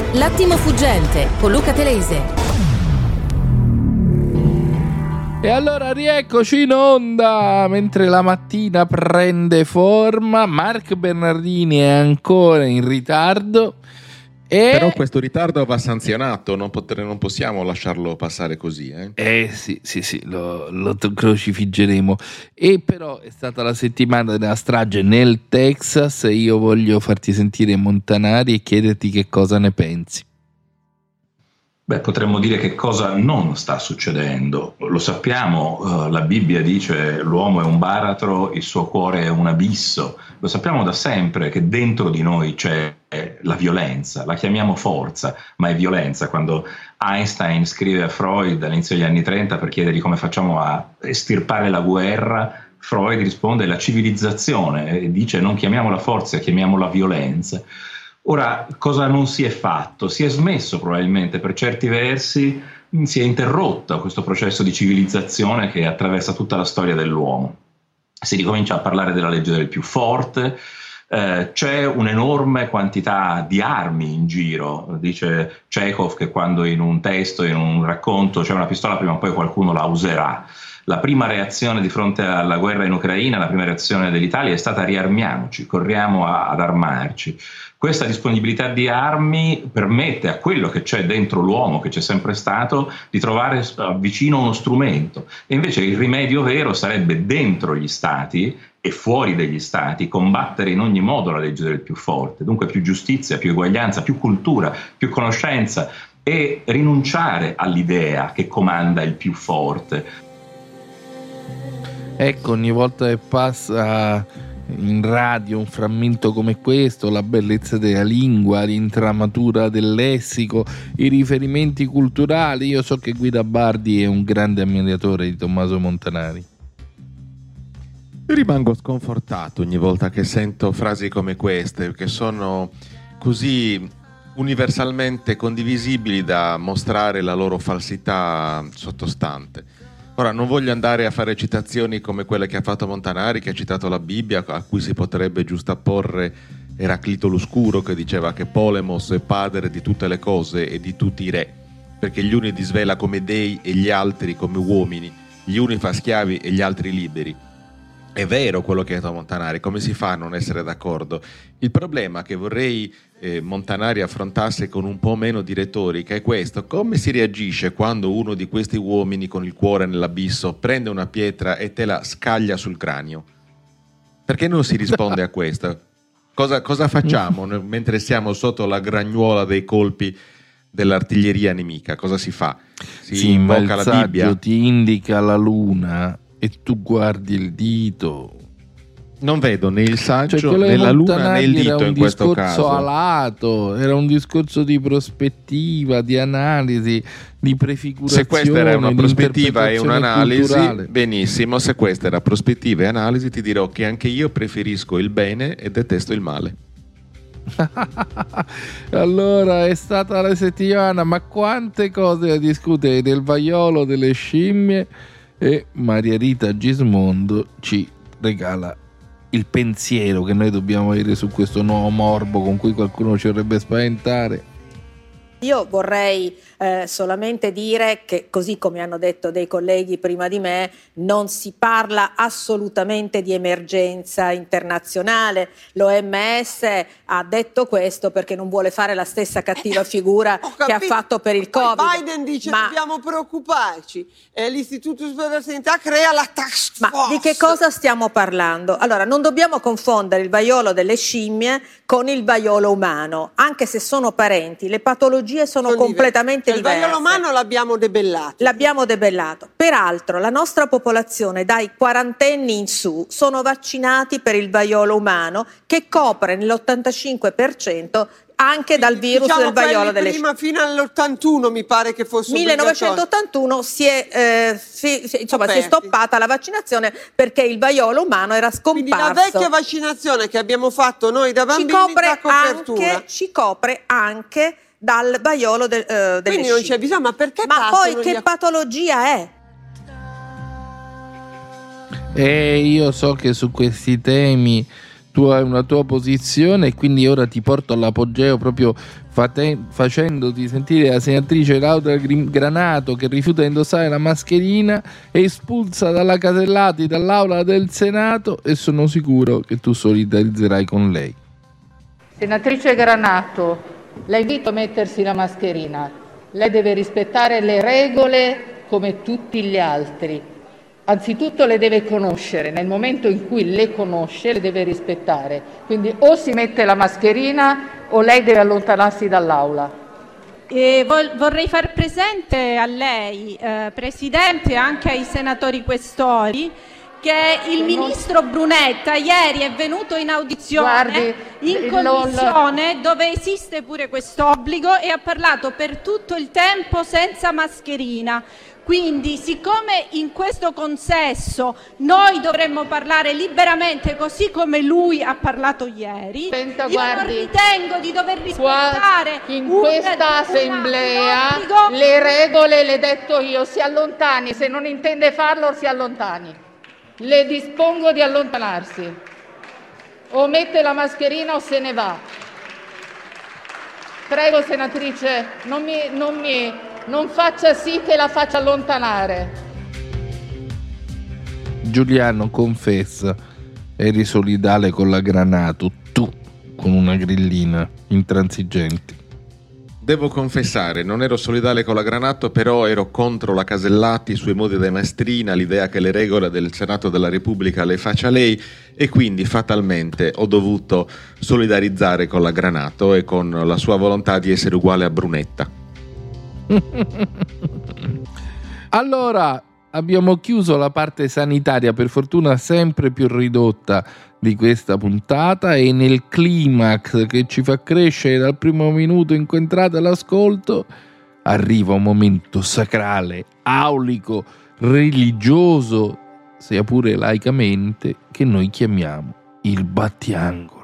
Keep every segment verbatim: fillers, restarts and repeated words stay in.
L'attimo fuggente con Luca Telese. E allora rieccoci in onda, mentre la mattina prende forma. Mark Bernardini è ancora in ritardo. E... Però questo ritardo va sanzionato, non, potre, non possiamo lasciarlo passare così. Eh, eh sì, sì, sì, lo, lo crocifiggeremo. E però è stata la settimana della strage nel Texas e io voglio farti sentire Montanari e chiederti che cosa ne pensi. Beh, potremmo dire che cosa non sta succedendo. Lo sappiamo, uh, la Bibbia dice l'uomo è un baratro, il suo cuore è un abisso. Lo sappiamo da sempre che dentro di noi c'è la violenza, la chiamiamo forza, ma è violenza. Quando Einstein scrive a Freud all'inizio degli anni trenta per chiedergli come facciamo a estirpare la guerra, Freud risponde la civilizzazione e dice non chiamiamola forza, chiamiamola violenza. Ora, cosa non si è fatto? Si è smesso probabilmente, per certi versi si è interrotto questo processo di civilizzazione che attraversa tutta la storia dell'uomo. Si ricomincia a parlare della legge del più forte, eh, c'è un'enorme quantità di armi in giro. Dice Chekhov che quando in un testo, in un racconto c'è una pistola prima o poi qualcuno la userà. La prima reazione di fronte alla guerra in Ucraina, la prima reazione dell'Italia è stata riarmiamoci, corriamo a, ad armarci. Questa disponibilità di armi permette a quello che c'è dentro l'uomo, che c'è sempre stato, di trovare vicino uno strumento. E invece il rimedio vero sarebbe dentro gli stati e fuori degli stati combattere in ogni modo la legge del più forte. Dunque più giustizia, più eguaglianza, più cultura, più conoscenza e rinunciare all'idea che comanda il più forte. Ecco, ogni volta che passa in radio un frammento come questo, la bellezza della lingua, l'intramatura del lessico, i riferimenti culturali. Io so che Guido Bardi è un grande ammiratore di Tommaso Montanari. Io rimango sconfortato ogni volta che sento frasi come queste, che sono così universalmente condivisibili da mostrare la loro falsità sottostante. Ora, non voglio andare a fare citazioni come quelle che ha fatto Montanari, che ha citato la Bibbia, a cui si potrebbe giustapporre Eraclito l'Oscuro, che diceva che Polemos è padre di tutte le cose e di tutti i re, perché gli uni li svela come dei e gli altri come uomini, gli uni fa schiavi e gli altri liberi. È vero quello che ha detto Montanari, come si fa a non essere d'accordo? Il problema che vorrei eh, Montanari affrontasse con un po' meno di retorica è questo: come si reagisce quando uno di questi uomini con il cuore nell'abisso prende una pietra e te la scaglia sul cranio? Perché non si risponde a questo? Cosa, cosa facciamo mentre siamo sotto la gragnuola dei colpi dell'artiglieria nemica? Cosa si fa? Si sì, invoca ma il la Bibbia? Ti indica la luna e tu guardi il dito. Non vedo né il saggio, cioè, né la luna né il dito in questo caso. Era un discorso alato, era un discorso di prospettiva, di analisi, di prefigurazione. Se questa era una prospettiva e un'analisi, culturale. Benissimo. Se questa era prospettiva e analisi, ti dirò che anche io preferisco il bene e detesto il male. Allora è stata la settimana, ma quante cose da discutere del vaiolo delle scimmie, e Maria Rita Gismondo ci regala il pensiero che noi dobbiamo avere su questo nuovo morbo con cui qualcuno ci vorrebbe spaventare. Io vorrei eh, solamente dire che, così come hanno detto dei colleghi prima di me, non si parla assolutamente di emergenza internazionale. L'O M S ha detto questo perché non vuole fare la stessa cattiva figura eh, che ha fatto per il Covid. Biden dice ma, dobbiamo preoccuparci e l'Istituto Superiore della Sanità crea la task force. Ma di che cosa stiamo parlando? Allora, non dobbiamo confondere il vaiolo delle scimmie con il vaiolo umano, anche se sono parenti. Le patologie sono, sono completamente diverse. Il vaiolo umano l'abbiamo debellato. L'abbiamo debellato. Peraltro la nostra popolazione dai quarantenni in su sono vaccinati per il vaiolo umano, che copre nell'ottantacinque per cento anche dal virus diciamo del vaiolo delle prima fino all'ottantuno mi pare che fosse millenovecentottantuno si è, eh, si, si, insomma, si è stoppata la vaccinazione perché il vaiolo umano era scomparso. Quindi la vecchia vaccinazione che abbiamo fatto noi da bambini ci copre dà copertura. Anche, ci copre anche dal vaiolo de, uh, delle Quindi scimmie. non c'è bisogno, ma perché ma poi che a... patologia è? E io so che su questi temi tu hai una tua posizione e quindi ora ti porto all'apogeo proprio fate- facendoti sentire la senatrice Laura Granato che rifiuta di indossare la mascherina e espulsa dalla Casellati, dall'aula del Senato, e sono sicuro che tu solidarizzerai con lei. Senatrice Granato, la invito a mettersi la mascherina. Lei deve rispettare le regole come tutti gli altri. Anzitutto le deve conoscere, nel momento in cui le conosce le deve rispettare. Quindi o si mette la mascherina o lei deve allontanarsi dall'aula. E vorrei far presente a lei, eh, Presidente, e anche ai senatori questori, che il ministro Brunetta ieri è venuto in audizione Guardi, in commissione dove esiste pure questo obbligo e ha parlato per tutto il tempo senza mascherina. Quindi, siccome in questo consesso noi dovremmo parlare liberamente così come lui ha parlato ieri, Senta, io guardi, non ritengo di dover rispettare in un, questa assemblea un obbligo. Le regole le detto io, si allontani, se non intende farlo si allontani. Le dispongo di allontanarsi. O mette la mascherina o se ne va. Prego, senatrice, non mi, non mi, non faccia sì che la faccia allontanare. Giuliano, confessa, eri solidale con la Granato, tu con una grillina intransigente. Devo confessare, non ero solidale con la Granato, però ero contro la Casellati, i suoi modi da maestrina, l'idea che le regole del Senato della Repubblica le faccia lei, e quindi fatalmente ho dovuto solidarizzare con la Granato e con la sua volontà di essere uguale a Brunetta. Allora, abbiamo chiuso la parte sanitaria, per fortuna sempre più ridotta, di questa puntata, e nel climax che ci fa crescere dal primo minuto in cui entrate all'ascolto arriva un momento sacrale, aulico, religioso, sia pure laicamente, che noi chiamiamo il battiangolo.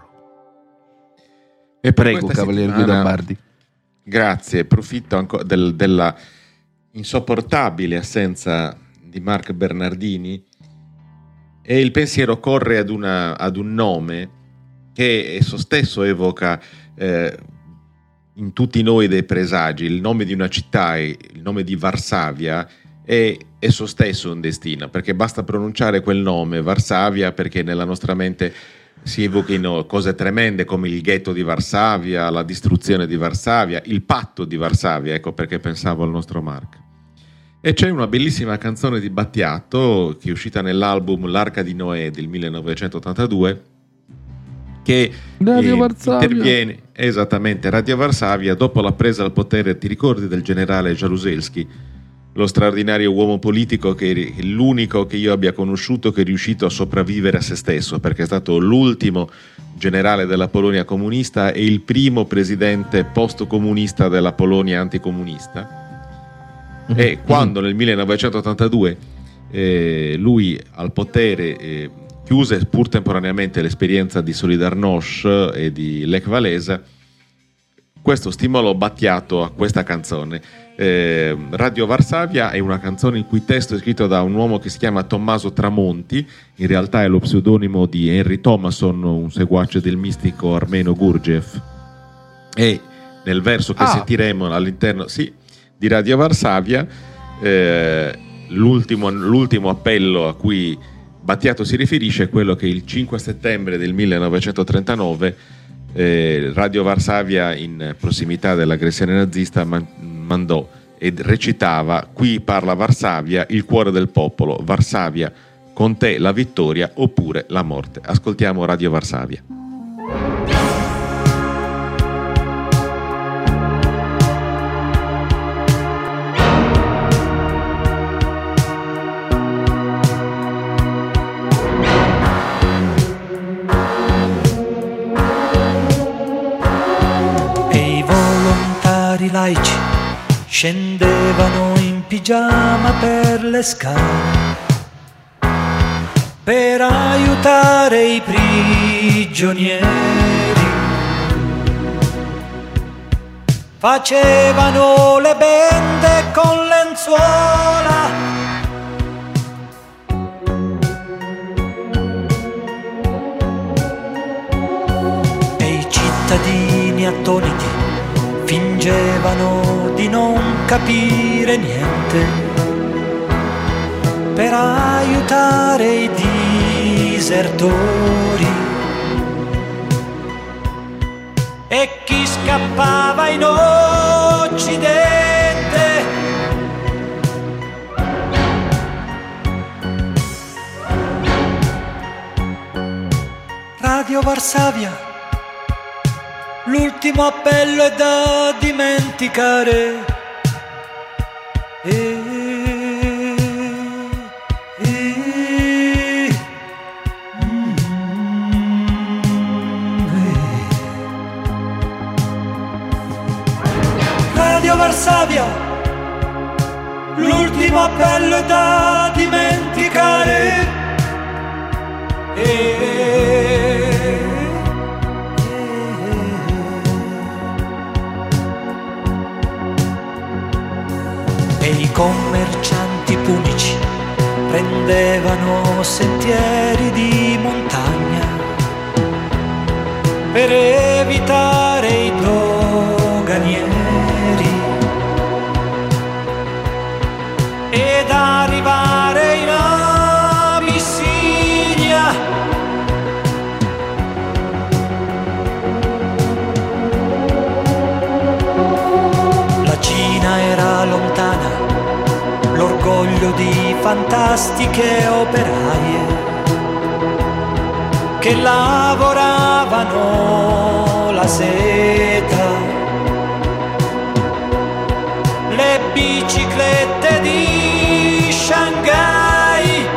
E prego, Cavaliere Guido Bardi. Grazie, approfitto ancora del, della insopportabile assenza di Marc Bernardini, e il pensiero corre ad, una, ad un nome che esso stesso evoca eh, in tutti noi dei presagi. Il nome di una città, il nome di Varsavia, è esso stesso un destino, perché basta pronunciare quel nome, Varsavia, perché nella nostra mente si evochino cose tremende come il ghetto di Varsavia, la distruzione di Varsavia, il patto di Varsavia, ecco perché pensavo al nostro Marc. E c'è una bellissima canzone di Battiato che è uscita nell'album L'Arca di Noè del millenovecentottantadue, che Radio eh, Varsavia. interviene esattamente Radio Varsavia dopo la presa al potere. Ti ricordi del generale Jaruzelski, lo straordinario uomo politico, che è l'unico che io abbia conosciuto che è riuscito a sopravvivere a se stesso, perché è stato l'ultimo generale della Polonia comunista e il primo presidente post-comunista della Polonia anticomunista. E quando nel millenovecentottantadue eh, lui al potere eh, chiuse pur temporaneamente l'esperienza di Solidarnosc e di Lech Walesa, questo stimolò Battiato a questa canzone. eh, Radio Varsavia è una canzone il cui testo è scritto da un uomo che si chiama Tommaso Tramonti, in realtà è lo pseudonimo di Henry Thomason, un seguace del mistico armeno Gurdjieff, e nel verso che ah. sentiremo all'interno sì, di Radio Varsavia, eh, l'ultimo, l'ultimo appello a cui Battiato si riferisce è quello che il cinque settembre del millenovecentotrentanove eh, Radio Varsavia, in prossimità dell'aggressione nazista, man- mandò e recitava: qui parla Varsavia, il cuore del popolo, Varsavia, con te la vittoria oppure la morte. Ascoltiamo Radio Varsavia. Laici scendevano in pigiama per le scale per aiutare i prigionieri, facevano le bende con lenzuola, cittadini attoniti fingevano di non capire niente per aiutare i disertori. E chi scappava in Occidente Radio Varsavia, l'ultimo appello è da dimenticare. E, e, mm, e. Radio Varsavia, l'ultimo appello è da dimenticare. E, e i commercianti punici prendevano sentieri di montagna per evitare i doganieri ed arrivare in Abissinia. La Cina era lontana, l'orgoglio di fantastiche operaie che lavoravano la seta, le biciclette di Shanghai,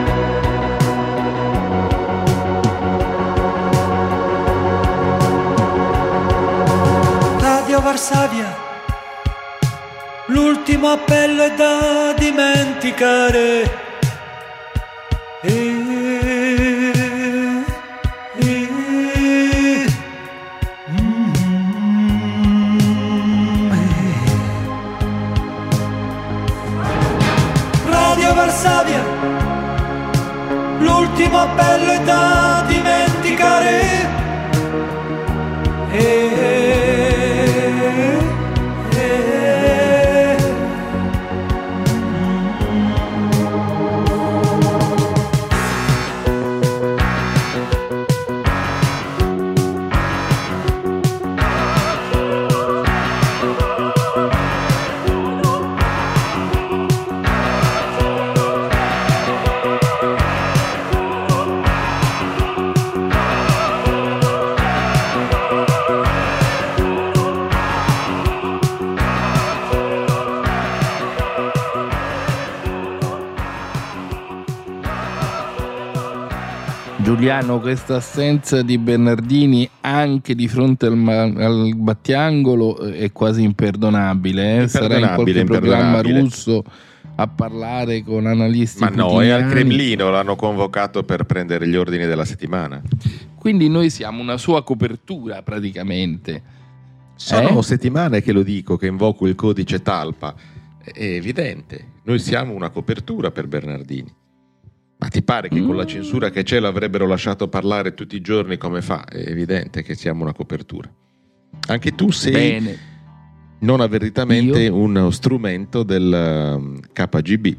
Radio Varsavia, l'ultimo appello è da dimenticare. E, e, mm, e. Radio Varsavia, l'ultimo appello è da dimenticare. E, Giuliano, questa assenza di Bernardini anche di fronte al, al battiangolo è quasi imperdonabile, eh? Sarà in qualche programma russo a parlare con analisti ma putiniani. No, è al Cremlino, l'hanno convocato per prendere gli ordini della settimana. Quindi noi siamo una sua copertura praticamente. Sono eh? settimane che lo dico, che invoco il codice Talpa. È evidente, noi siamo una copertura per Bernardini. Ma ti pare che mm. con la censura che c'è l'avrebbero lasciato parlare tutti i giorni come fa? È evidente che siamo una copertura. Anche tu sei Bene. non avvertitamente Io? uno strumento del K G B.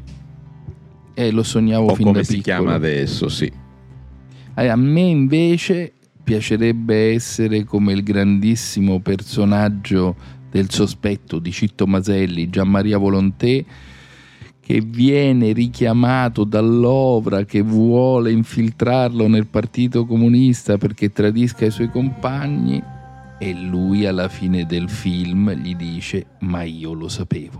Eh, lo sognavo o fin da come piccolo. si chiama adesso, sì. Eh, a me invece piacerebbe essere come il grandissimo personaggio del Sospetto di Citto Maselli, Gianmaria Volonté, che viene richiamato dall'Ovra che vuole infiltrarlo nel Partito Comunista perché tradisca i suoi compagni, e lui alla fine del film gli dice: ma io lo sapevo.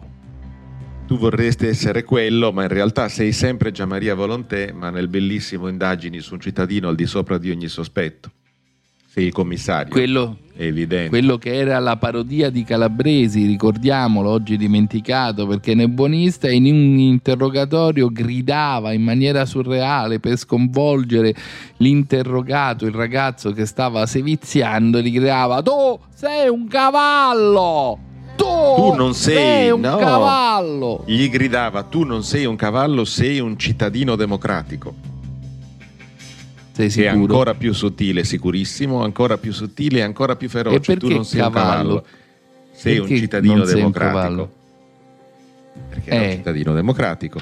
Tu vorresti essere quello, ma in realtà sei sempre Gianmaria Volonté, ma nel bellissimo Indagini su un cittadino al di sopra di ogni sospetto. Sei il commissario. Quello, è evidente. Quello che era la parodia di Calabresi, ricordiamolo, oggi dimenticato perché è buonista, e in un interrogatorio gridava in maniera surreale per sconvolgere l'interrogato, il ragazzo che stava seviziando, gli gridava: tu sei un cavallo! Tu, tu non sei, sei un no. cavallo! Gli gridava: tu non sei un cavallo, sei un cittadino democratico. Sei che è sicuro? ancora più sottile, sicurissimo, ancora più sottile e ancora più E feroce. perché Tu non sei un cavallo? cavallo, sei Perché un cittadino non sei un democratico. cavallo? Perché è Eh. un cittadino democratico.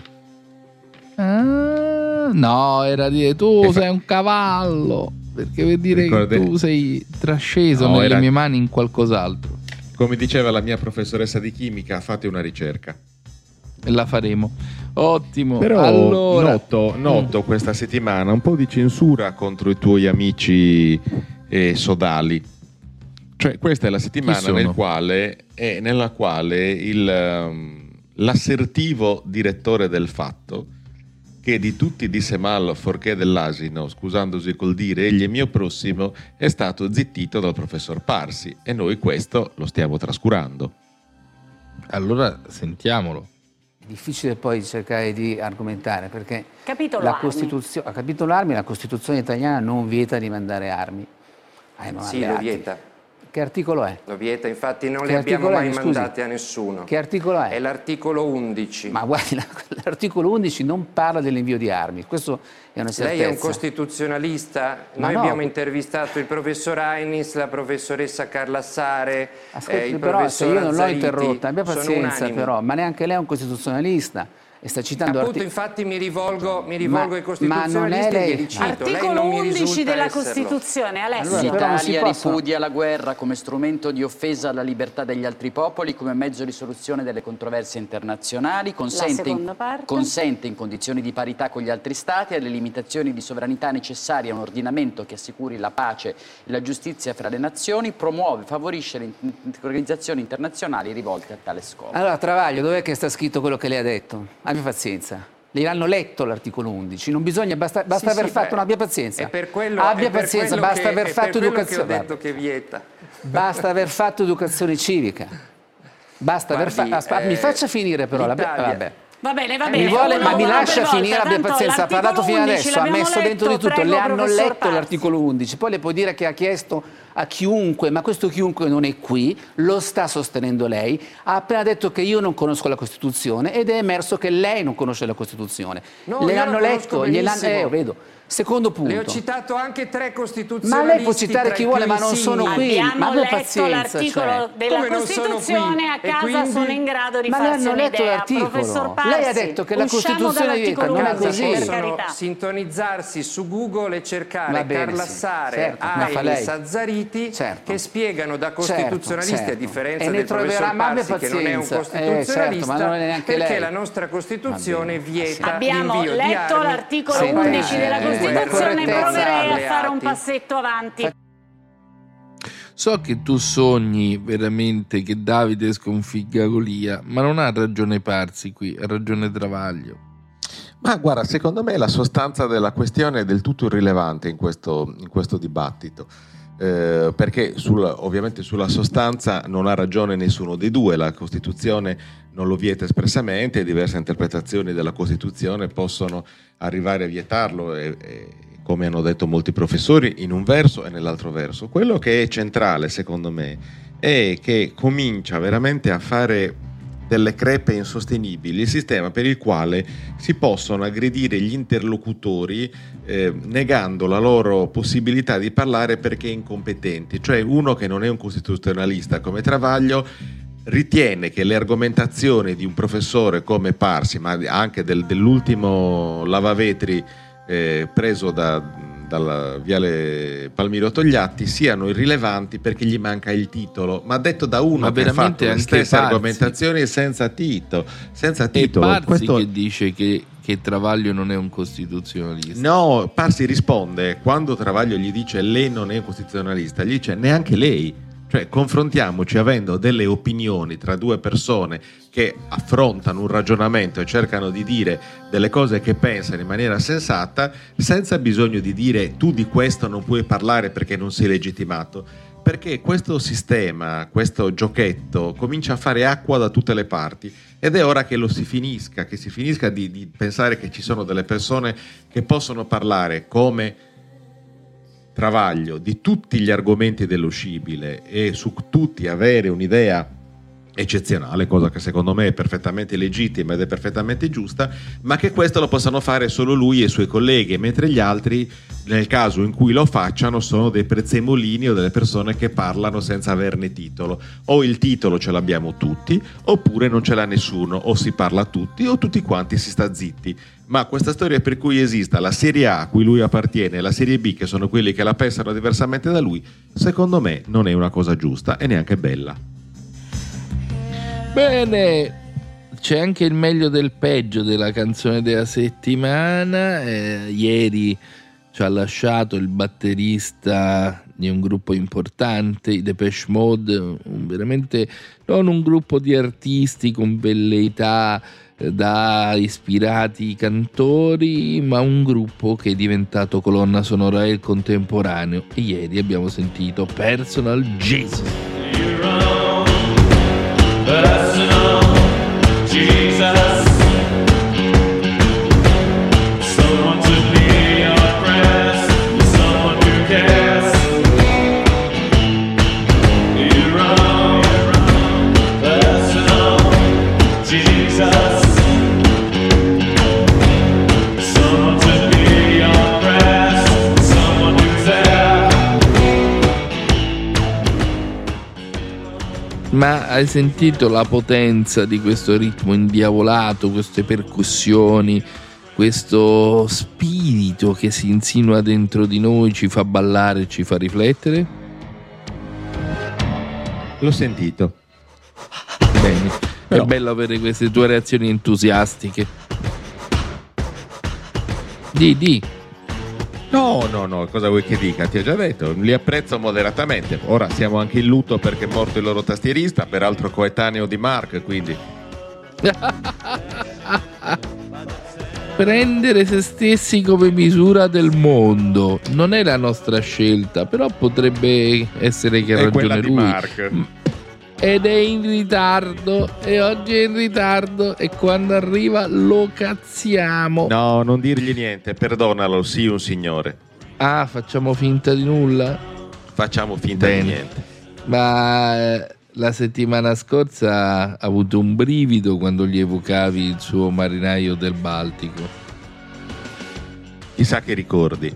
Ah, no, era dire tu Che fa- sei un cavallo, perché vuol dire Ricorde- che tu sei trasceso No, nelle era- mie mani in qualcos'altro. Come diceva la mia professoressa di chimica, fate una ricerca. E la faremo. Ottimo. Però allora, noto, noto questa settimana un po' di censura contro i tuoi amici eh, sodali. Cioè, questa è la settimana sono? nel quale, è nella quale il, um, l'assertivo direttore del Fatto, che di tutti disse mal forché dell'asino, scusandosi col dire egli è mio prossimo, è stato zittito dal professor Parsi, e noi questo lo stiamo trascurando. allora sentiamolo. Difficile poi cercare di argomentare perché Capitolo la armi. Costituzione, a capitolo armi la Costituzione italiana non vieta di mandare armi ai non Sì, lo alleati. vieta. Che articolo è? Lo vieta, infatti non Che li abbiamo articolo è, mai mi scusi? mandati a nessuno. Che articolo è? È l'articolo undici. Ma guardi, la- l'articolo undici non parla dell'invio di armi, questo è una certezza. Lei è un costituzionalista? Ma Noi no. abbiamo intervistato il professor Ainis, la professoressa Carla Sare, Ascolti, eh, il però se professor io non l'ho Azzariti. interrotta, abbia Sono pazienza unanimi. però, ma neanche lei è un costituzionalista e sta citando Appunto, arti- infatti mi rivolgo, mi rivolgo Ma- ai ma non è costituzionalisti lei- e li cito. Lei Articolo non mi undici risulta della esserlo. Costituzione, Alessio. Allora, però non si L'Italia possono- ripudia la guerra come strumento di offesa alla libertà degli altri popoli, come mezzo di soluzione delle controversie internazionali, consente seconda in, parte. consente in condizioni di parità con gli altri Stati alle limitazioni di sovranità necessarie a un ordinamento che assicuri la pace e la giustizia fra le nazioni, promuove e favorisce le in- organizzazioni internazionali rivolte a tale scopo. Allora, Travaglio, dov'è che sta scritto quello che lei ha detto? Abbia pazienza. Lei l'hanno letto l'articolo undici, non bisogna, basta, basta Sì, aver sì, fatto, beh, no, abbia pazienza. È per quello, abbia è per pazienza, quello basta che, aver è fatto per quello educazione. che ho detto che vieta. Basta aver fatto educazione civica. Basta aver Guardi, fa- aspa- eh, mi faccia finire però, la- l'Italia- vabbè. Va bene, va Mi bene. vuole- uno- ma mi uno lascia per volta. finire, abbia Tanto pazienza, ha parlato fino l'articolo adesso, ha undici messo l'abbiamo dentro di letto, tutto, prego, le hanno professor letto Parsi. l'articolo undici, poi le può dire che ha chiesto a chiunque, ma questo chiunque non è qui, lo sta sostenendo lei, ha appena detto che io non conosco la Costituzione ed è emerso che lei non conosce la Costituzione. No, le io la hanno conosco letto, gliel'hanno, benissimo. eh, vedo. Secondo punto. Le ho citato anche tre Ma costituzionalisti. lei può citare tra chi i vuole, più ma non sono insigni. qui. Ma Abbiamo abbia letto pazienza, l'articolo cioè. della Come non sono Costituzione, qui? a E casa quindi- sono in grado di Ma le farsi hanno letto un'idea. l'articolo. Professor Parsi, Lei ha detto che la usciamo Costituzione vieta, dall'articolo non è Casa così. undici, per possono carità. sintonizzarsi su Google e cercare Va bene, Carla sì. Sare, Certo, ma fa Ainis, lei. Azzariti, Certo. che spiegano da costituzionalisti, Certo, a differenza certo. E ne del troverà, professor ma abbia Parsi, che non è un pazienza. Eh, costituzionalista, certo, ma non è neanche perché lei. la nostra Costituzione Va bene. vieta Abbiamo l'invio di letto armi l'articolo a un undici paese della in cui Costituzione, correttezza proverei a fare un alleati. passetto avanti. So che tu sogni veramente che Davide sconfigga Golia, ma non ha ragione Parsi qui, ha ragione Travaglio. Ma guarda, secondo me la sostanza della questione è del tutto irrilevante in questo, in questo dibattito, eh, perché sulla, ovviamente sulla sostanza non ha ragione nessuno dei due, la Costituzione non lo vieta espressamente, diverse interpretazioni della Costituzione possono arrivare a vietarlo, e, e, come hanno detto molti professori, in un verso e nell'altro verso. Quello che è centrale, secondo me, è che comincia veramente a fare delle crepe insostenibili il sistema per il quale si possono aggredire gli interlocutori eh, negando la loro possibilità di parlare perché incompetenti. Cioè, uno che non è un costituzionalista come Travaglio ritiene che le argomentazioni di un professore come Parsi, ma anche del, dell'ultimo lavavetri eh, preso da dalla Viale Palmiro Togliatti, siano irrilevanti perché gli manca il titolo, ma detto da uno Ma che ha fatto le anche stesse Parsi. argomentazioni senza titolo, senza È titolo. Parsi Questo- che dice che, che Travaglio non è un costituzionalista. No, Parsi risponde quando Travaglio gli dice lei non è un costituzionalista, gli dice neanche lei. Cioè, confrontiamoci avendo delle opinioni tra due persone che affrontano un ragionamento e cercano di dire delle cose che pensano in maniera sensata, senza bisogno di dire tu di questo non puoi parlare perché non sei legittimato, perché questo sistema, questo giochetto comincia a fare acqua da tutte le parti ed è ora che lo si finisca, che si finisca di, di pensare che ci sono delle persone che possono parlare come Travaglio di tutti gli argomenti dello scibile e su tutti avere un'idea eccezionale, cosa che secondo me è perfettamente legittima ed è perfettamente giusta, ma che questo lo possano fare solo lui e i suoi colleghi, mentre gli altri, nel caso in cui lo facciano, sono dei prezzemolini o delle persone che parlano senza averne titolo. O il titolo ce l'abbiamo tutti, oppure non ce l'ha nessuno, o si parla tutti o tutti quanti si sta zitti. Ma questa storia per cui esista la Serie A a cui lui appartiene e la Serie B, che sono quelli che la pensano diversamente da lui, secondo me non è una cosa giusta e neanche bella. Bene, c'è anche il meglio del peggio della canzone della settimana. Eh, ieri ci ha lasciato il batterista di un gruppo importante, i Depeche Mode, un veramente non un gruppo di artisti con velleità eh, da ispirati cantori, ma un gruppo che è diventato colonna sonora del contemporaneo. E ieri abbiamo sentito Personal Jesus. Personal Jesus, someone to be your friend, someone who cares. You're wrong, personal Jesus, someone to be your friend, someone who's there. Ma hai sentito la potenza di questo ritmo indiavolato, queste percussioni, questo spirito che si insinua dentro di noi, ci fa ballare, ci fa riflettere? L'ho sentito. Bene, Però... è bello avere queste tue reazioni entusiastiche. Di, di. No, no, no, cosa vuoi che dica? Ti ho già detto, li apprezzo moderatamente. Ora siamo anche in lutto perché è morto il loro tastierista, peraltro coetaneo di Mark, quindi... Prendere se stessi come misura del mondo non è la nostra scelta, però potrebbe essere che ha è ragione quella di lui. Mark. Ed è in ritardo, e oggi è in ritardo, e quando arriva lo cazziamo. No, non dirgli niente, perdonalo, sii un signore. Ah, facciamo finta di nulla? Facciamo finta Bene. di niente. Ma eh, la settimana scorsa ha avuto un brivido quando gli evocavi il suo marinaio del Baltico. Chissà che ricordi.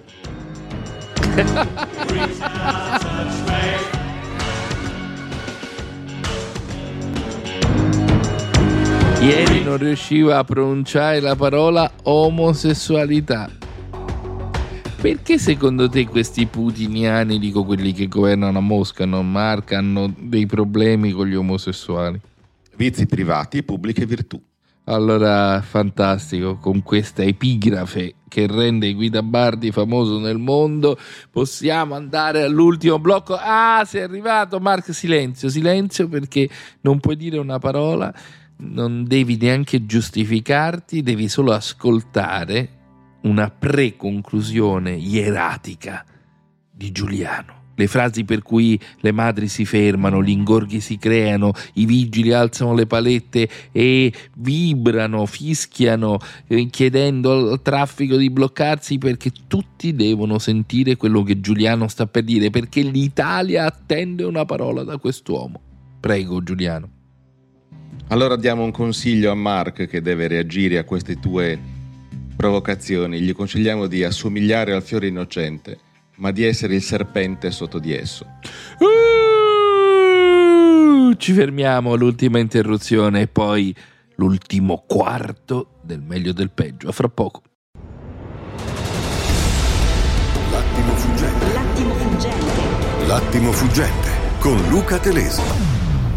Ieri non riusciva a pronunciare la parola omosessualità. Perché secondo te questi putiniani, dico quelli che governano a Mosca, non Mark, hanno dei problemi con gli omosessuali? Vizi privati, pubbliche virtù. Allora, fantastico, con questa epigrafe che rende Guida Bardi famoso nel mondo, possiamo andare all'ultimo blocco. Ah, sei arrivato, Mark, silenzio, silenzio, perché non puoi dire una parola, non devi neanche giustificarti, devi solo ascoltare una pre-conclusione ieratica di Giuliano. Le frasi per cui le madri si fermano, gli ingorghi si creano, i vigili alzano le palette e vibrano, fischiano, eh, chiedendo al traffico di bloccarsi, perché tutti devono sentire quello che Giuliano sta per dire, perché l'Italia attende una parola da quest'uomo. Prego, Giuliano. Allora diamo un consiglio a Mark, che deve reagire a queste tue provocazioni. Gli consigliamo di assomigliare al fiore innocente, ma di essere il serpente sotto di esso. Uh, ci fermiamo all'ultima interruzione e poi l'ultimo quarto del meglio del peggio. A fra poco. L'attimo fuggente. L'attimo fuggente. L'attimo fuggente con Luca Telesi.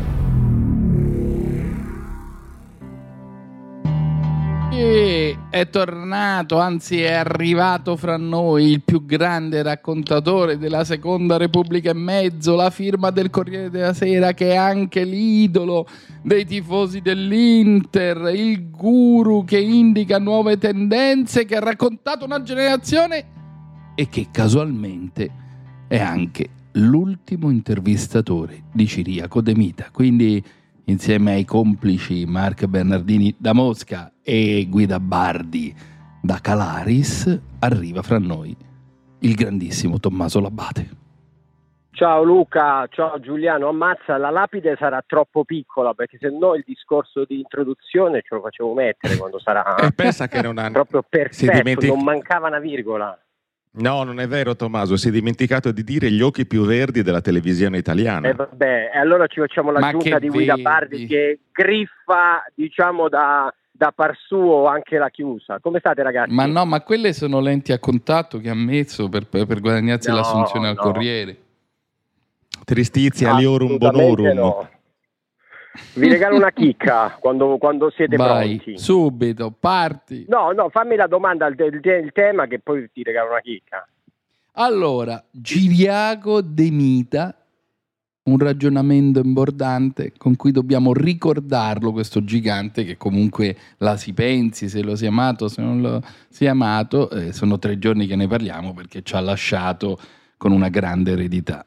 E è tornato, anzi è arrivato fra noi il più grande raccontatore della Seconda Repubblica e mezzo, la firma del Corriere della Sera, che è anche l'idolo dei tifosi dell'Inter, il guru che indica nuove tendenze, che ha raccontato una generazione e che casualmente è anche l'ultimo intervistatore di Ciriaco De Mita. Quindi, insieme ai complici Mark Bernardini da Mosca e Guida Bardi da Calaris, arriva fra noi il grandissimo Tommaso Labate. Ciao Luca, ciao Giuliano, ammazza, la lapide sarà troppo piccola perché se no il discorso di introduzione ce lo facevo mettere quando sarà E pensa che non ha... proprio si perfetto, dimentic- non mancava una virgola. No, non è vero Tommaso, si è dimenticato di dire gli occhi più verdi della televisione italiana. E vabbè, e allora ci facciamo Ma l'aggiunta che di Guida vedi? Bardi che griffa, diciamo, da, da par suo anche la chiusa. Come state ragazzi? Ma no, ma quelle sono lenti a contatto che ha messo per, per, per guadagnarsi No, l'assunzione al no. Corriere. Tristizia aliorum Assolutamente bonorum. no. Vi regalo una chicca quando, quando siete Vai, pronti. subito, parti. No, no, fammi la domanda, il, il- il tema che poi ti regalo una chicca. Allora, Ciriaco De Mita, un ragionamento importante con cui dobbiamo ricordarlo, questo gigante che comunque la si pensi, se lo sia amato, se non lo sia amato, eh, sono tre giorni che ne parliamo perché ci ha lasciato con una grande eredità.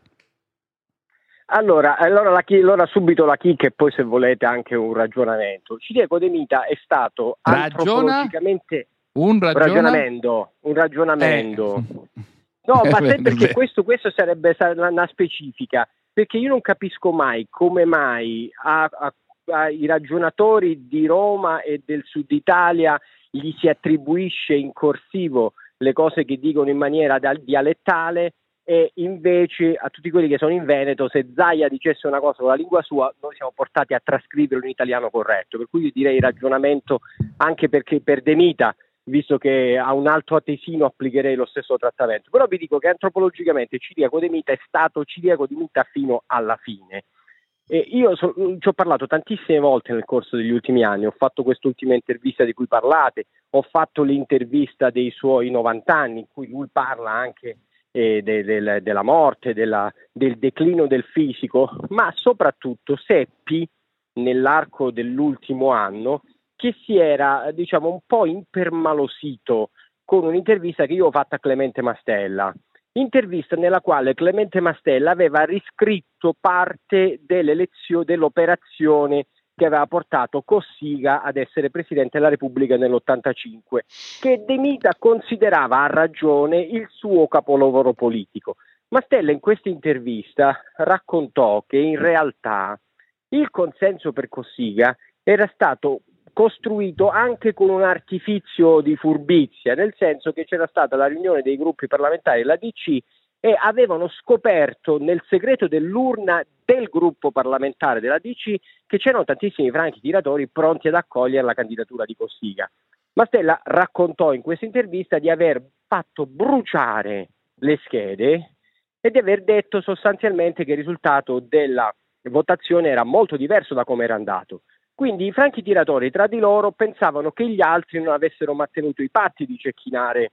Allora, allora, la chi- allora subito la chicca e poi se volete anche un ragionamento. Ciriaco De Mita è stato Ragiona? antropologicamente Un ragiona? ragionamento, un ragionamento. No, Eh, ma beh, sai perché beh. questo, questo sarebbe sa- una, una specifica, perché io non capisco mai come mai a- a- ai ragionatori di Roma e del Sud Italia gli si attribuisce in corsivo le cose che dicono in maniera da- dialettale e invece a tutti quelli che sono in Veneto, se Zaia dicesse una cosa con la lingua sua, noi siamo portati a trascriverlo in italiano corretto, per cui io direi ragionamento anche perché per De Mita, visto che a un altro atesino applicherei lo stesso trattamento. Però vi dico che antropologicamente Ciriaco De Mita è stato Ciriaco De Mita fino alla fine. E io so, ci ho parlato tantissime volte nel corso degli ultimi anni, ho fatto quest'ultima intervista di cui parlate, ho fatto l'intervista dei suoi novanta anni in cui lui parla anche eh, de- del- della morte, della- del declino del fisico, ma soprattutto seppi nell'arco dell'ultimo anno che si era, diciamo, un po' impermalosito con un'intervista che io ho fatto a Clemente Mastella, intervista nella quale Clemente Mastella aveva riscritto parte delle lezio- dell'operazione che aveva portato Cossiga ad essere Presidente della Repubblica nell'ottantacinque, che De Mita considerava a ragione il suo capolavoro politico. Mastella in questa intervista raccontò che in realtà il consenso per Cossiga era stato costruito anche con un artifizio di furbizia, nel senso che c'era stata la riunione dei gruppi parlamentari della D C e avevano scoperto nel segreto dell'urna del gruppo parlamentare della D C che c'erano tantissimi franchi tiratori pronti ad accogliere la candidatura di Cossiga. Mastella raccontò in questa intervista di aver fatto bruciare le schede e di aver detto sostanzialmente che il risultato della votazione era molto diverso da come era andato. Quindi i franchi tiratori tra di loro pensavano che gli altri non avessero mantenuto i patti di cecchinare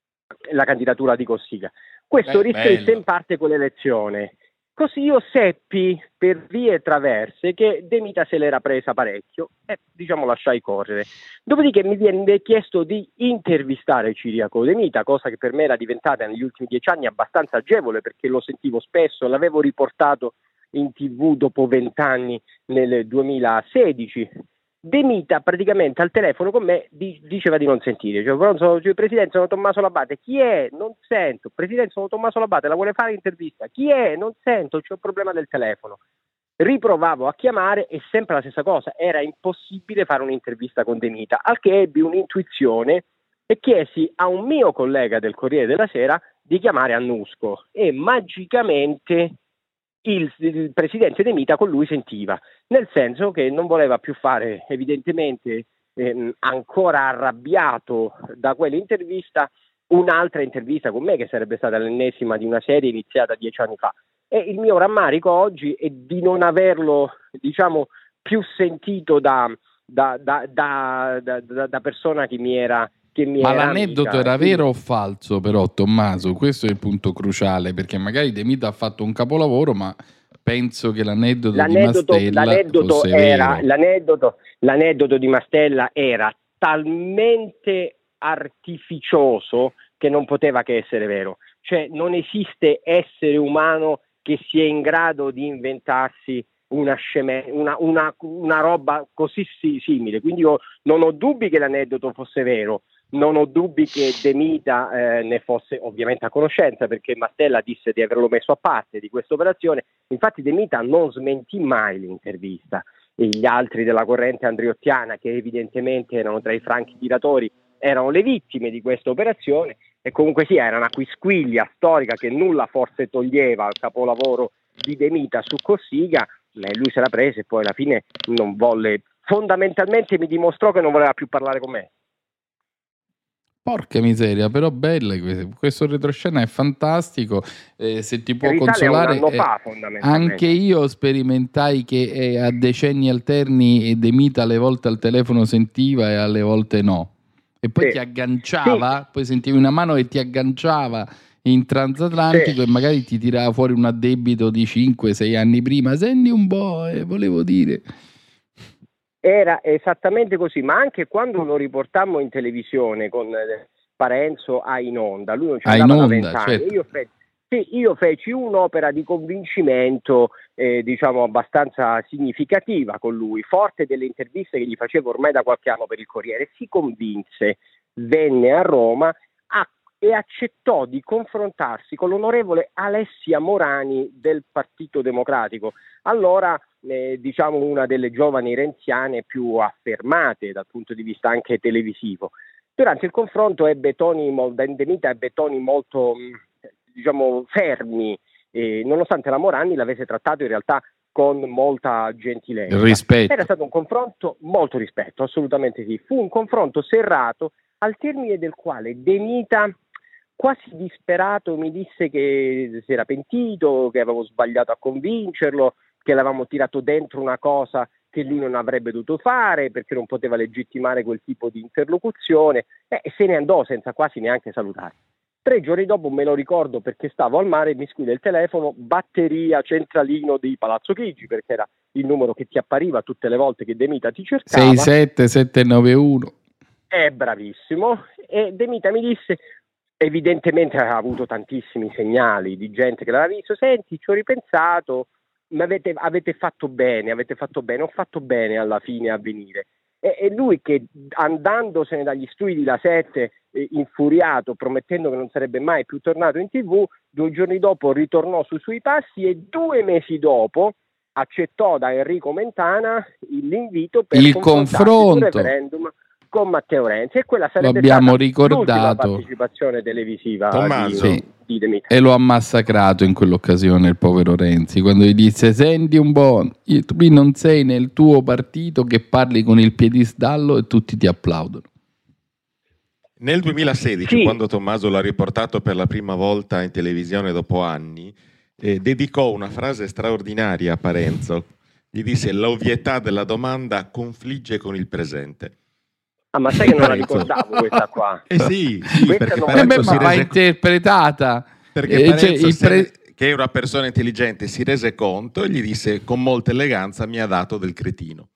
la candidatura di Cossiga. Questo Beh, riscrisse bello. in parte quell'elezione. Così io seppi per vie traverse che De Mita se l'era presa parecchio e diciamo lasciai correre. Dopodiché mi viene chiesto di intervistare Ciriaco De Mita, cosa che per me era diventata negli ultimi dieci anni abbastanza agevole perché lo sentivo spesso, l'avevo riportato in tv dopo vent'anni nel duemilasedici. De Mita praticamente al telefono con me di- diceva di non sentire, cioè, però sono, cioè, Presidente sono Tommaso Labate, chi è? Non sento, Presidente sono Tommaso Labate, la vuole fare l'intervista, chi è? Non sento, c'è un problema del telefono. Riprovavo a chiamare e sempre la stessa cosa, era impossibile fare un'intervista con De Mita, al che ebbi un'intuizione e chiesi a un mio collega del Corriere della Sera di chiamare Annusco e magicamente il, il presidente De Mita con lui sentiva, nel senso che non voleva più fare, evidentemente ehm, ancora arrabbiato da quell'intervista, un'altra intervista con me che sarebbe stata l'ennesima di una serie iniziata dieci anni fa. E il mio rammarico oggi è di non averlo, diciamo, più sentito da, da, da, da, da, da, da persona che mi era che mi Ma era l'aneddoto amica. era Quindi- vero o falso però, Tommaso? Questo è il punto cruciale, perché magari De Mita ha fatto un capolavoro, ma penso che l'aneddoto, L'aneddoto, di Mastella l'aneddoto fosse era, vero. l'aneddoto, l'aneddoto di Mastella era talmente artificioso che non poteva che essere vero. Cioè non esiste essere umano che sia in grado di inventarsi una, sceme- una, una, una roba così si- simile. Quindi io non ho dubbi che l'aneddoto fosse vero, non ho dubbi che De Mita eh, ne fosse ovviamente a conoscenza, perché Mastella disse di averlo messo a parte di questa operazione. Infatti De Mita non smentì mai l'intervista, e gli altri della corrente andriottiana, che evidentemente erano tra i franchi tiratori, erano le vittime di questa operazione, e comunque sia, era una quisquiglia storica che nulla forse toglieva al capolavoro di De Mita su Cossiga, ma lui se la prese e poi alla fine non volle, fondamentalmente mi dimostrò che non voleva più parlare con me. Porca miseria, però belle queste. Questo retroscena è fantastico, eh, se ti può Risale a un consolare. anno eh, fa, fondamentalmente. Anche io sperimentai che eh, a decenni alterni De Mita alle volte al telefono sentiva e alle volte no. E poi Sì. ti agganciava, poi sentivi una mano e ti agganciava in transatlantico, Sì. e magari ti tirava fuori un addebito di cinque sei anni prima. Senti un po', eh, volevo dire. Era esattamente così, ma anche quando lo riportammo in televisione con eh, Parenzo a In Onda, lui non ci A In andava da Onda, vent'anni, certo. io, fe- sì, io feci un'opera di convincimento eh, diciamo abbastanza significativa con lui, forte delle interviste che gli facevo ormai da qualche anno per il Corriere. Si convinse, venne a Roma a- e accettò di confrontarsi con l'onorevole Alessia Morani del Partito Democratico, allora eh, diciamo una delle giovani renziane più affermate dal punto di vista anche televisivo. Durante il confronto ebbe toni, mo- De Mita ebbe toni molto mh, diciamo fermi, eh, nonostante la Morani l'avesse trattato in realtà con molta gentilezza. Rispetto. Era stato un confronto, molto rispetto, assolutamente sì. Fu un confronto serrato, al termine del quale De Mita, quasi disperato, mi disse che si era pentito, che avevo sbagliato a convincerlo, che l'avevamo tirato dentro una cosa che lui non avrebbe dovuto fare perché non poteva legittimare quel tipo di interlocuzione, e se ne andò senza quasi neanche salutare. Tre giorni dopo, me lo ricordo perché stavo al mare, mi squilla il telefono, batteria centralino di Palazzo Chigi, perché era il numero che ti appariva tutte le volte che De Mita ti cercava. sei sette sette nove uno. È bravissimo. E De Mita mi disse, evidentemente aveva avuto tantissimi segnali di gente che l'aveva visto, senti, ci ho ripensato, ma avete, avete fatto bene, avete fatto bene, ho fatto bene alla fine a venire. E, e lui che andandosene dagli studi di La Sette, eh, infuriato, promettendo che non sarebbe mai più tornato in tv, due giorni dopo ritornò sui suoi passi e due mesi dopo accettò da Enrico Mentana l'invito per Il confrontarsi confronto. sul referendum con Matteo Renzi, e quella sarebbe L'abbiamo stata l'ultima ricordato. partecipazione televisiva Tommaso. di, Sì. di De Mita. E lo ha massacrato in quell'occasione il povero Renzi, quando gli disse: senti un po', io- tu qui non sei nel tuo partito che parli con il piedistallo e tutti ti applaudono. Nel duemilasedici, Sì. quando Tommaso l'ha riportato per la prima volta in televisione dopo anni, eh, dedicò una frase straordinaria a Parenzo. Gli disse: l'ovvietà della domanda confligge con il presente. Ah, ma sai che non la Parenzo. ricordavo questa qua? Eh sì, sì, Questa perché non- Eh Parenzo beh, si ma va rese interpretata. Perché Eh, cioè, Parenzo, il se pre- ne- che era una persona intelligente, si rese conto e gli disse con molta eleganza: mi ha dato del cretino.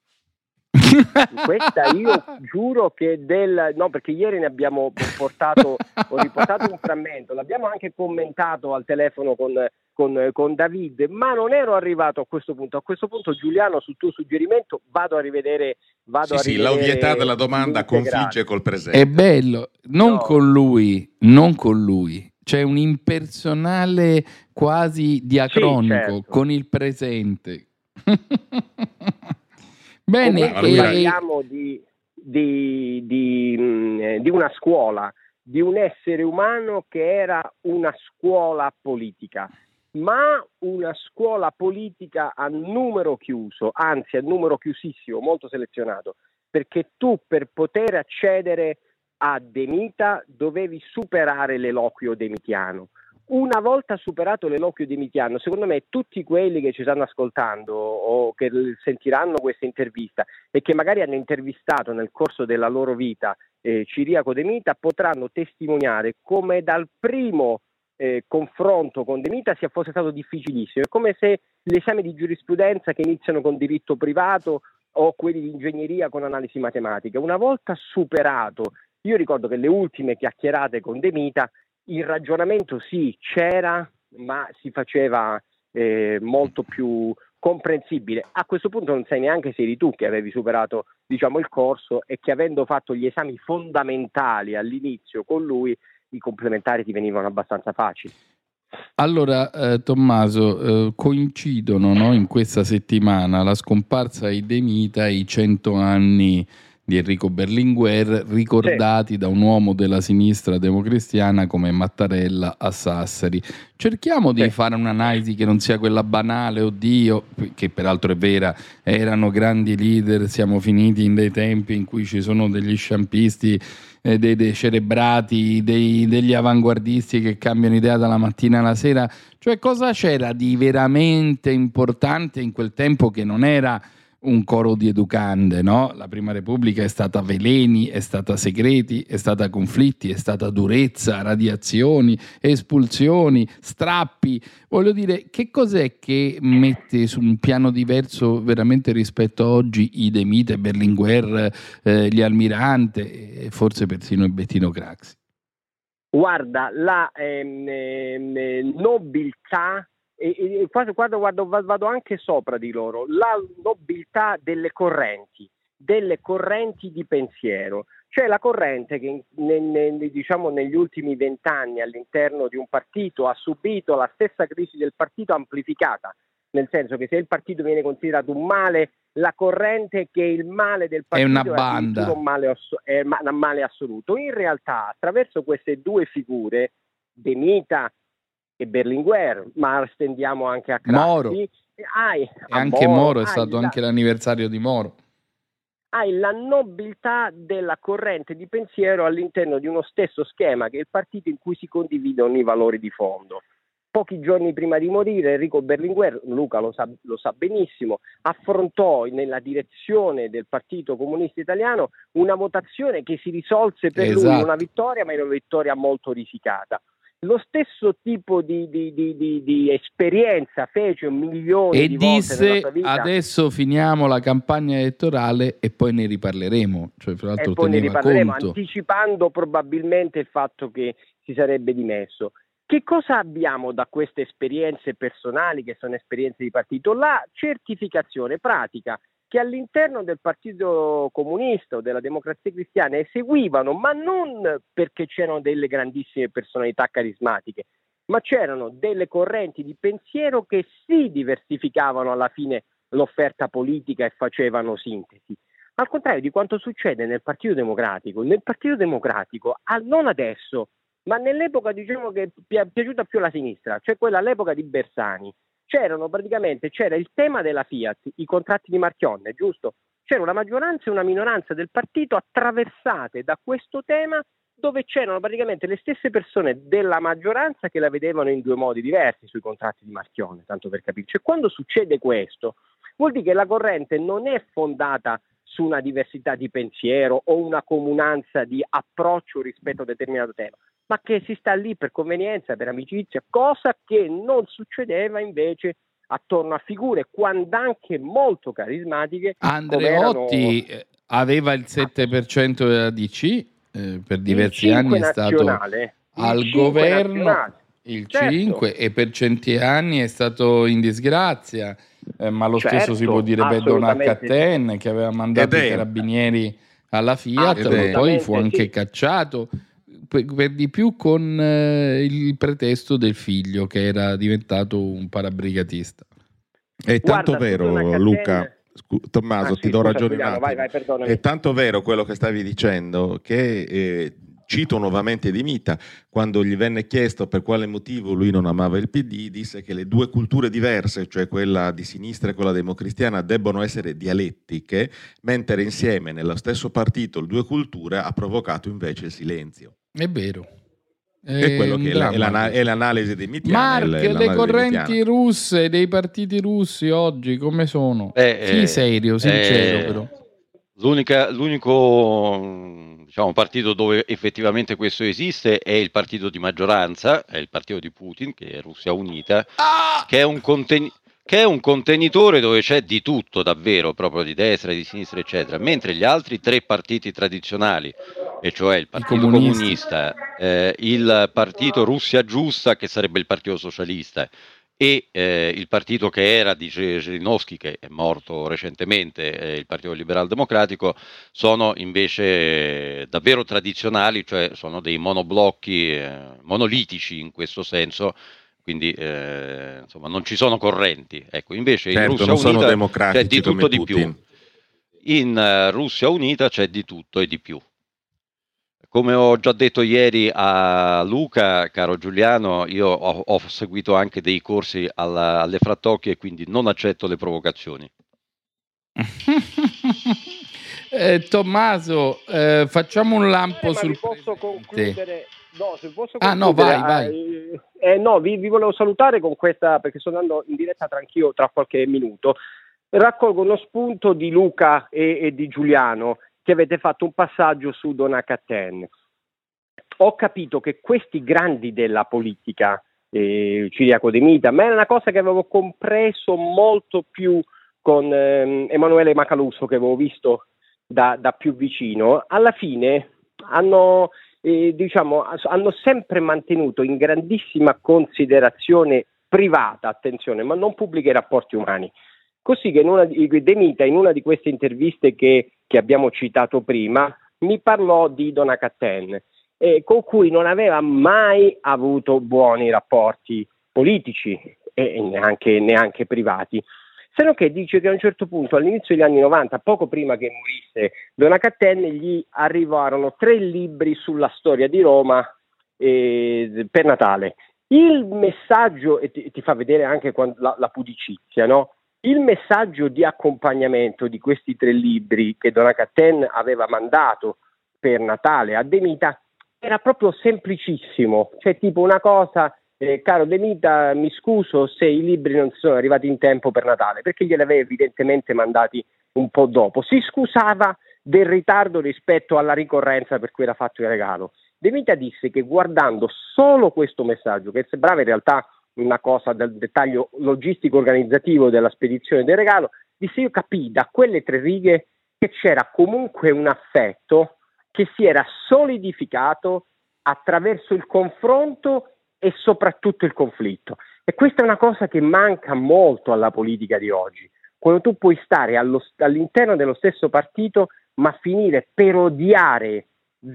Questa io giuro che del no, perché ieri ne abbiamo portato, ho riportato un frammento, l'abbiamo anche commentato al telefono con, con, con David, ma non ero arrivato a questo punto. A questo punto, Giuliano, sul tuo suggerimento vado a rivedere vado Sì, a sì, rivedere l'ovvietà della domanda l'integrale. confligge col presente. È bello, non No. con lui, non con lui. C'è un impersonale quasi diacronico certo. con il presente. Bene, Comunque lui era- e- parliamo di, di, di, mh, eh, di una scuola, di un essere umano che era una scuola politica, ma una scuola politica a numero chiuso, anzi a numero chiusissimo, molto selezionato, perché tu per poter accedere a De Mita dovevi superare l'eloquio demitiano. Una volta superato l'eloquio demitiano, secondo me tutti quelli che ci stanno ascoltando o che l- sentiranno questa intervista e che magari hanno intervistato nel corso della loro vita eh, Ciriaco De Mita potranno testimoniare come dal primo eh, confronto con De Mita sia fosse stato difficilissimo. È come se l'esame di giurisprudenza che iniziano con diritto privato o quelli di ingegneria con analisi matematica, una volta superato, io ricordo che le ultime chiacchierate con De Mita, il ragionamento sì c'era, ma si faceva eh, molto più comprensibile. A questo punto non sai neanche se eri tu che avevi superato, diciamo, il corso e che, avendo fatto gli esami fondamentali all'inizio con lui, i complementari ti venivano abbastanza facili. Allora, eh, Tommaso, eh, coincidono, no, in questa settimana la scomparsa ai De Mita e i cento anni di Enrico Berlinguer, ricordati sì. da un uomo della sinistra democristiana come Mattarella a Sassari. Cerchiamo di sì. fare un'analisi che non sia quella banale, oddio, che peraltro è vera, erano grandi leader, siamo finiti in dei tempi in cui ci sono degli sciampisti, eh, dei, dei cerebrati, dei, degli avanguardisti che cambiano idea dalla mattina alla sera. Cioè, cosa c'era di veramente importante in quel tempo che non era un coro di educande, no? La Prima Repubblica è stata veleni, è stata segreti, è stata conflitti, è stata durezza, radiazioni, espulsioni, strappi. Voglio dire, che cos'è che mette su un piano diverso veramente rispetto a oggi i De Mita, Berlinguer, eh, gli Almirante e forse persino il Bettino Craxi? Guarda, la ehm, ehm, nobiltà e, e quando, quando, quando vado anche sopra di loro, la nobiltà delle correnti, delle correnti di pensiero, cioè la corrente che ne, ne, diciamo negli ultimi vent'anni all'interno di un partito ha subito la stessa crisi del partito amplificata, nel senso che se il partito viene considerato un male, la corrente che il male del partito è una banda, è un male, ass- è un male assoluto. In realtà, attraverso queste due figure, De Mita e Berlinguer, ma stendiamo anche a Craxi, Moro. Hai, E anche Moro, Moro, è stato la, anche l'anniversario di Moro. Hai la nobiltà della corrente di pensiero all'interno di uno stesso schema che è il partito in cui si condividono i valori di fondo. Pochi giorni prima di morire Enrico Berlinguer, Luca lo sa, lo sa benissimo, affrontò nella direzione del Partito Comunista Italiano una votazione che si risolse per esatto. lui una vittoria, ma era una vittoria molto risicata. Lo stesso tipo di, di, di, di, di esperienza fece un milione e di volte disse nella sua vita. Adesso finiamo la campagna elettorale e poi ne riparleremo, cioè, fra l'altro e poi ne teneva riparleremo, conto. anticipando probabilmente il fatto che si sarebbe dimesso. Che cosa abbiamo da queste esperienze personali, che sono esperienze di partito? La certificazione pratica che all'interno del Partito Comunista o della Democrazia Cristiana eseguivano, ma non perché c'erano delle grandissime personalità carismatiche, ma c'erano delle correnti di pensiero che si diversificavano alla fine l'offerta politica e facevano sintesi. Al contrario di quanto succede nel Partito Democratico, nel Partito Democratico, non adesso, ma nell'epoca, diciamo, che è piaciuta più alla sinistra, cioè quella all'epoca di Bersani, c'erano praticamente, c'era il tema della Fiat, i contratti di Marchionne, giusto? C'era una maggioranza e una minoranza del partito attraversate da questo tema, dove c'erano praticamente le stesse persone della maggioranza che la vedevano in due modi diversi sui contratti di Marchionne, tanto per capirci. E quando succede questo, vuol dire che la corrente non è fondata su una diversità di pensiero o una comunanza di approccio rispetto a un determinato tema, ma che si sta lì per convenienza, per amicizia, cosa che non succedeva invece attorno a figure quando anche molto carismatiche. Andreotti erano... aveva il sette per cento della D C, eh, per diversi anni è stato al governo, nazionale. il certo. cinque, e per cento anni è stato in disgrazia, eh, ma lo certo, stesso si può dire per Don Accaten, che aveva mandato i carabinieri alla Fiat, ma poi fu anche sì. cacciato. Per, per di più con eh, il pretesto del figlio che era diventato un parabrigatista. È tanto Guarda, vero, Luca, scu- Tommaso, ah, ti sì, do scusa, ragione un attimo. Vai, vai, è tanto vero quello che stavi dicendo che eh, cito nuovamente De Mita, quando gli venne chiesto per quale motivo lui non amava il P D, disse che le due culture diverse, cioè quella di sinistra e quella democristiana, debbono essere dialettiche, mentre insieme nello stesso partito le due culture ha provocato invece il silenzio. È vero. È, è quello che è, la, è, l'ana- è l'analisi dei mitiani. Mark, le, le correnti russe dei partiti russi oggi come sono? Eh, sì, serio, sincero eh, però. L'unica, l'unico diciamo, partito dove effettivamente questo esiste è il partito di maggioranza, è il partito di Putin, che è Russia Unita, ah! che è un contenitore che è un contenitore dove c'è di tutto davvero, proprio di destra, di sinistra eccetera, mentre gli altri tre partiti tradizionali, e cioè il Partito Comunista, eh, il Partito Russia Giusta, che sarebbe il Partito Socialista, e eh, il partito che era di Zhirinovsky, che è morto recentemente, eh, il Partito Liberal Democratico, sono invece eh, davvero tradizionali, cioè sono dei monoblocchi eh, monolitici in questo senso, quindi eh, insomma non ci sono correnti. Ecco, invece in Certo, Russia non sono Unita c'è democratici di tutto come di Putin. più. In uh, Russia Unita c'è di tutto e di più. Come ho già detto ieri a Luca, caro Giuliano, io ho, ho seguito anche dei corsi alla, alle Frattocchi e quindi non accetto le provocazioni. eh, Tommaso, eh, facciamo un lampo Eh, ma sul vi posso concludere? No, se posso Ah, no, concludere, vai, eh, eh, no, vi, vi volevo salutare con questa, perché sto andando in diretta tra anch'io tra qualche minuto. Raccolgo uno spunto di Luca e, e di Giuliano, che avete fatto un passaggio su Donat-Cattin. Ho capito che questi grandi della politica, eh, Ciriaco De Mita, ma era una cosa che avevo compreso molto più con ehm, Emanuele Macaluso, che avevo visto da, da più vicino, alla fine hanno, eh, diciamo, hanno sempre mantenuto in grandissima considerazione privata, attenzione, ma non pubblica, i rapporti umani. Così che in una di, De Mita, in una di queste interviste che, che abbiamo citato prima, mi parlò di Donat-Cattin, eh, con cui non aveva mai avuto buoni rapporti politici e neanche, neanche privati. Se non che dice che a un certo punto, all'inizio degli anni novanta, poco prima che morisse Donat-Cattin, gli arrivarono tre libri sulla storia di Roma eh, per Natale. Il messaggio, e ti, ti fa vedere anche quando, la, la pudicizia, no? Il messaggio di accompagnamento di questi tre libri che Donat-Cattin aveva mandato per Natale a De Mita era proprio semplicissimo, cioè tipo una cosa, eh, caro De Mita, mi scuso se i libri non sono arrivati in tempo per Natale, perché glieli aveva evidentemente mandati un po' dopo. Si scusava del ritardo rispetto alla ricorrenza per cui era fatto il regalo. De Mita disse che guardando solo questo messaggio, che sembrava in realtà una cosa del dettaglio logistico organizzativo della spedizione del regalo, disse: io capii da quelle tre righe che c'era comunque un affetto che si era solidificato attraverso il confronto e soprattutto il conflitto. E questa è una cosa che manca molto alla politica di oggi, quando tu puoi stare allo, all'interno dello stesso partito ma finire per odiare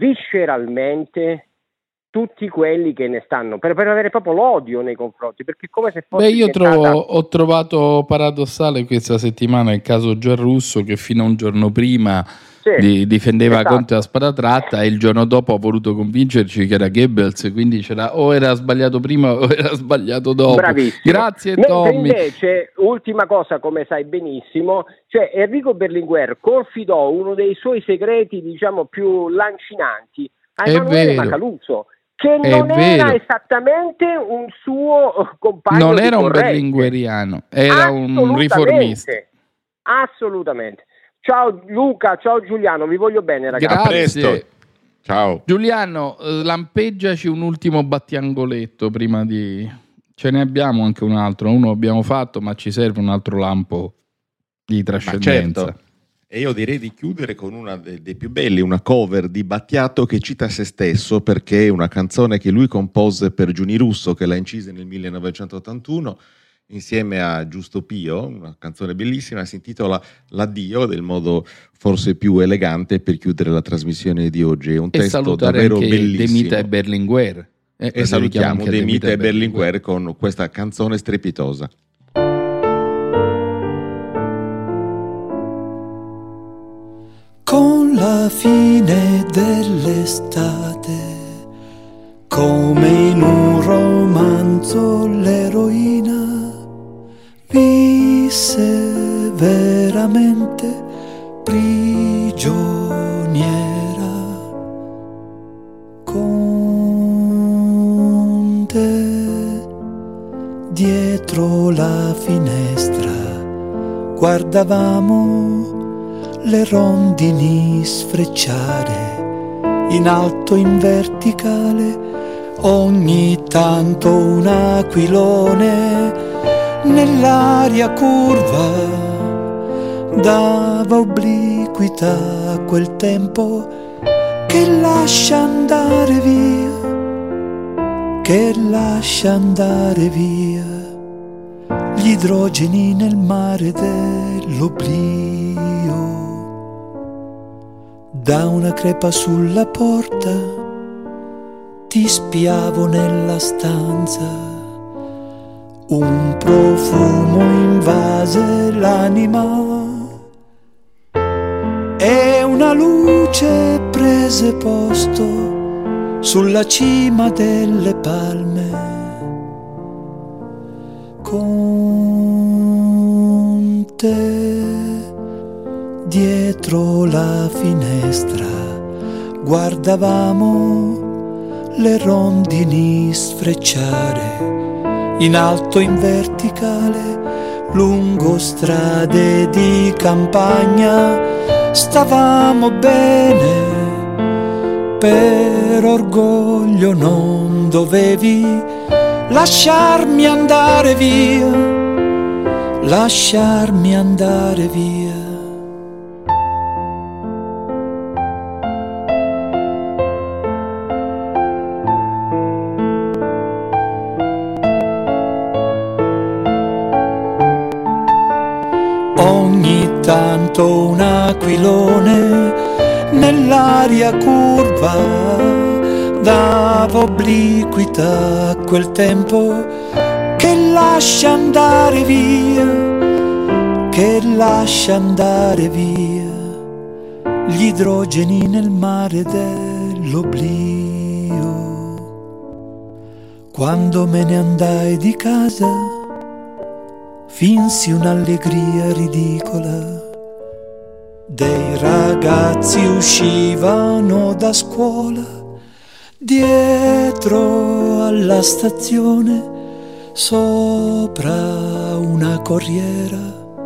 visceralmente tutti quelli che ne stanno, per, per avere proprio l'odio nei confronti, perché è come se fosse Beh, io diventata... trovo, ho trovato paradossale questa settimana il caso Giarrusso, che fino a un giorno prima Sì, di- difendeva esatto. Conte a spada tratta e il giorno dopo ha voluto convincerci che era Goebbels, quindi c'era o era sbagliato prima o era sbagliato dopo. Bravissimo. Grazie Mentre Tommy. invece, ultima cosa, come sai benissimo, cioè Enrico Berlinguer confidò uno dei suoi segreti, diciamo, più lancinanti a È Emanuele vero. Macaluso, che È non era vero. esattamente un suo compagno Non di era un corrente. berlingueriano, era un Assolutamente. riformista. Assolutamente. Ciao Luca, ciao Giuliano, vi voglio bene ragazzi. Grazie. Ciao. Giuliano, eh, lampeggiaci un ultimo battiangoletto prima di... Ce ne abbiamo anche un altro, uno abbiamo fatto, ma ci serve un altro lampo di Ma trascendenza. certo. E io direi di chiudere con una de- dei più belli, una cover di Battiato che cita se stesso, perché è una canzone che lui compose per Giuni Russo, che l'ha incisa nel millenovecentottantuno insieme a Giusto Pio, una canzone bellissima, si intitola L'addio, del modo forse più elegante per chiudere la trasmissione di oggi. È un E testo salutare davvero anche bellissimo. De Mita e Berlinguer. Eh, E dedichiamo salutiamo anche a De Mita e Berlinguer con questa canzone strepitosa. Con la fine dell'estate, come in un romanzo, l'eroina visse veramente prigioniera. Con te dietro la finestra guardavamo le rondini sfrecciare in alto, in verticale, ogni tanto un aquilone nell'aria curva dava obliquità a quel tempo che lascia andare via, che lascia andare via. gli idrogeni nel mare dell'oblio. Da una crepa sulla porta ti spiavo nella stanza, un profumo invase l'anima e una luce prese posto sulla cima delle palme. Con te dietro la finestra guardavamo le rondini sfrecciare in alto in verticale lungo strade di campagna. Stavamo bene, per orgoglio non dovevi lasciarmi andare via, lasciarmi andare via. Ogni tanto un aquilone nell'aria curva dava obliquità a quel tempo che lascia andare via, che lascia andare via gli idrogeni nel mare dell'oblio. Quando me ne andai di casa finsi un'allegria ridicola. Dei ragazzi uscivano da scuola dietro alla stazione, sopra una corriera,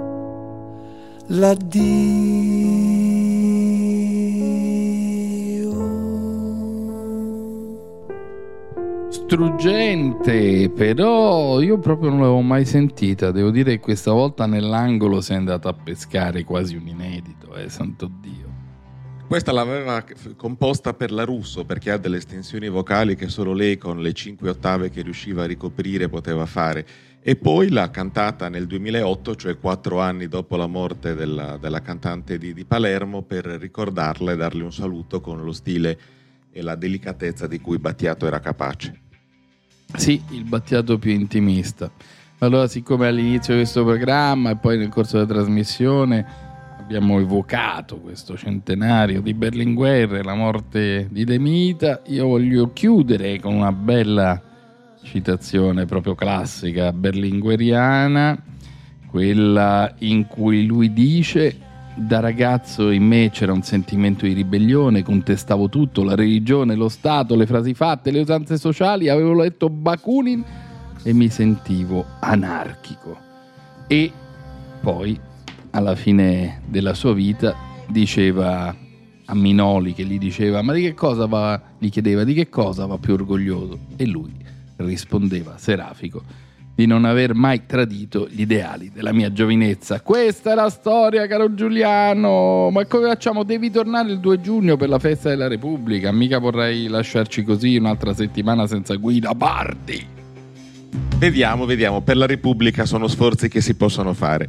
l'addio. Struggente, però io proprio non l'avevo mai sentita. Devo dire che questa volta nell'angolo sei andato a pescare quasi un inedito, eh, santo Dio. Questa l'aveva composta per la Russo, perché ha delle estensioni vocali che solo lei con le cinque ottave che riusciva a ricoprire poteva fare, e poi l'ha cantata nel duemilaotto, cioè quattro anni dopo la morte della, della cantante di, di Palermo, per ricordarla e darle un saluto con lo stile e la delicatezza di cui Battiato era capace. Sì, il Battiato più intimista. Allora, siccome all'inizio di questo programma e poi nel corso della trasmissione abbiamo evocato questo centenario di Berlinguer, la morte di Demita, io voglio chiudere con una bella citazione proprio classica berlingueriana, quella in cui lui dice: da ragazzo in me c'era un sentimento di ribellione, contestavo tutto, la religione, lo Stato, le frasi fatte, le usanze sociali, avevo letto Bakunin e mi sentivo anarchico. E poi alla fine della sua vita diceva a Minoli, che gli diceva: ma di che cosa va, gli chiedeva di che cosa va più orgoglioso, e lui rispondeva serafico: di non aver mai tradito gli ideali della mia giovinezza. Questa è la storia, caro Giuliano. Ma come facciamo? Devi tornare il due giugno per la festa della Repubblica, mica vorrei lasciarci così un'altra settimana senza Guida Pardi. Vediamo, vediamo, per la Repubblica sono sforzi che si possono fare.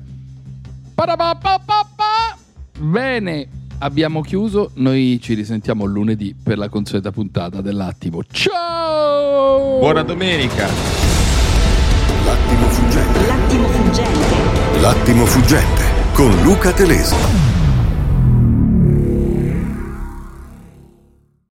Bene, abbiamo chiuso, noi ci risentiamo lunedì per la consueta puntata dell'Attimo. Ciao! Buona domenica! L'attimo fuggente. L'attimo fuggente. L'attimo fuggente con Luca Telesi.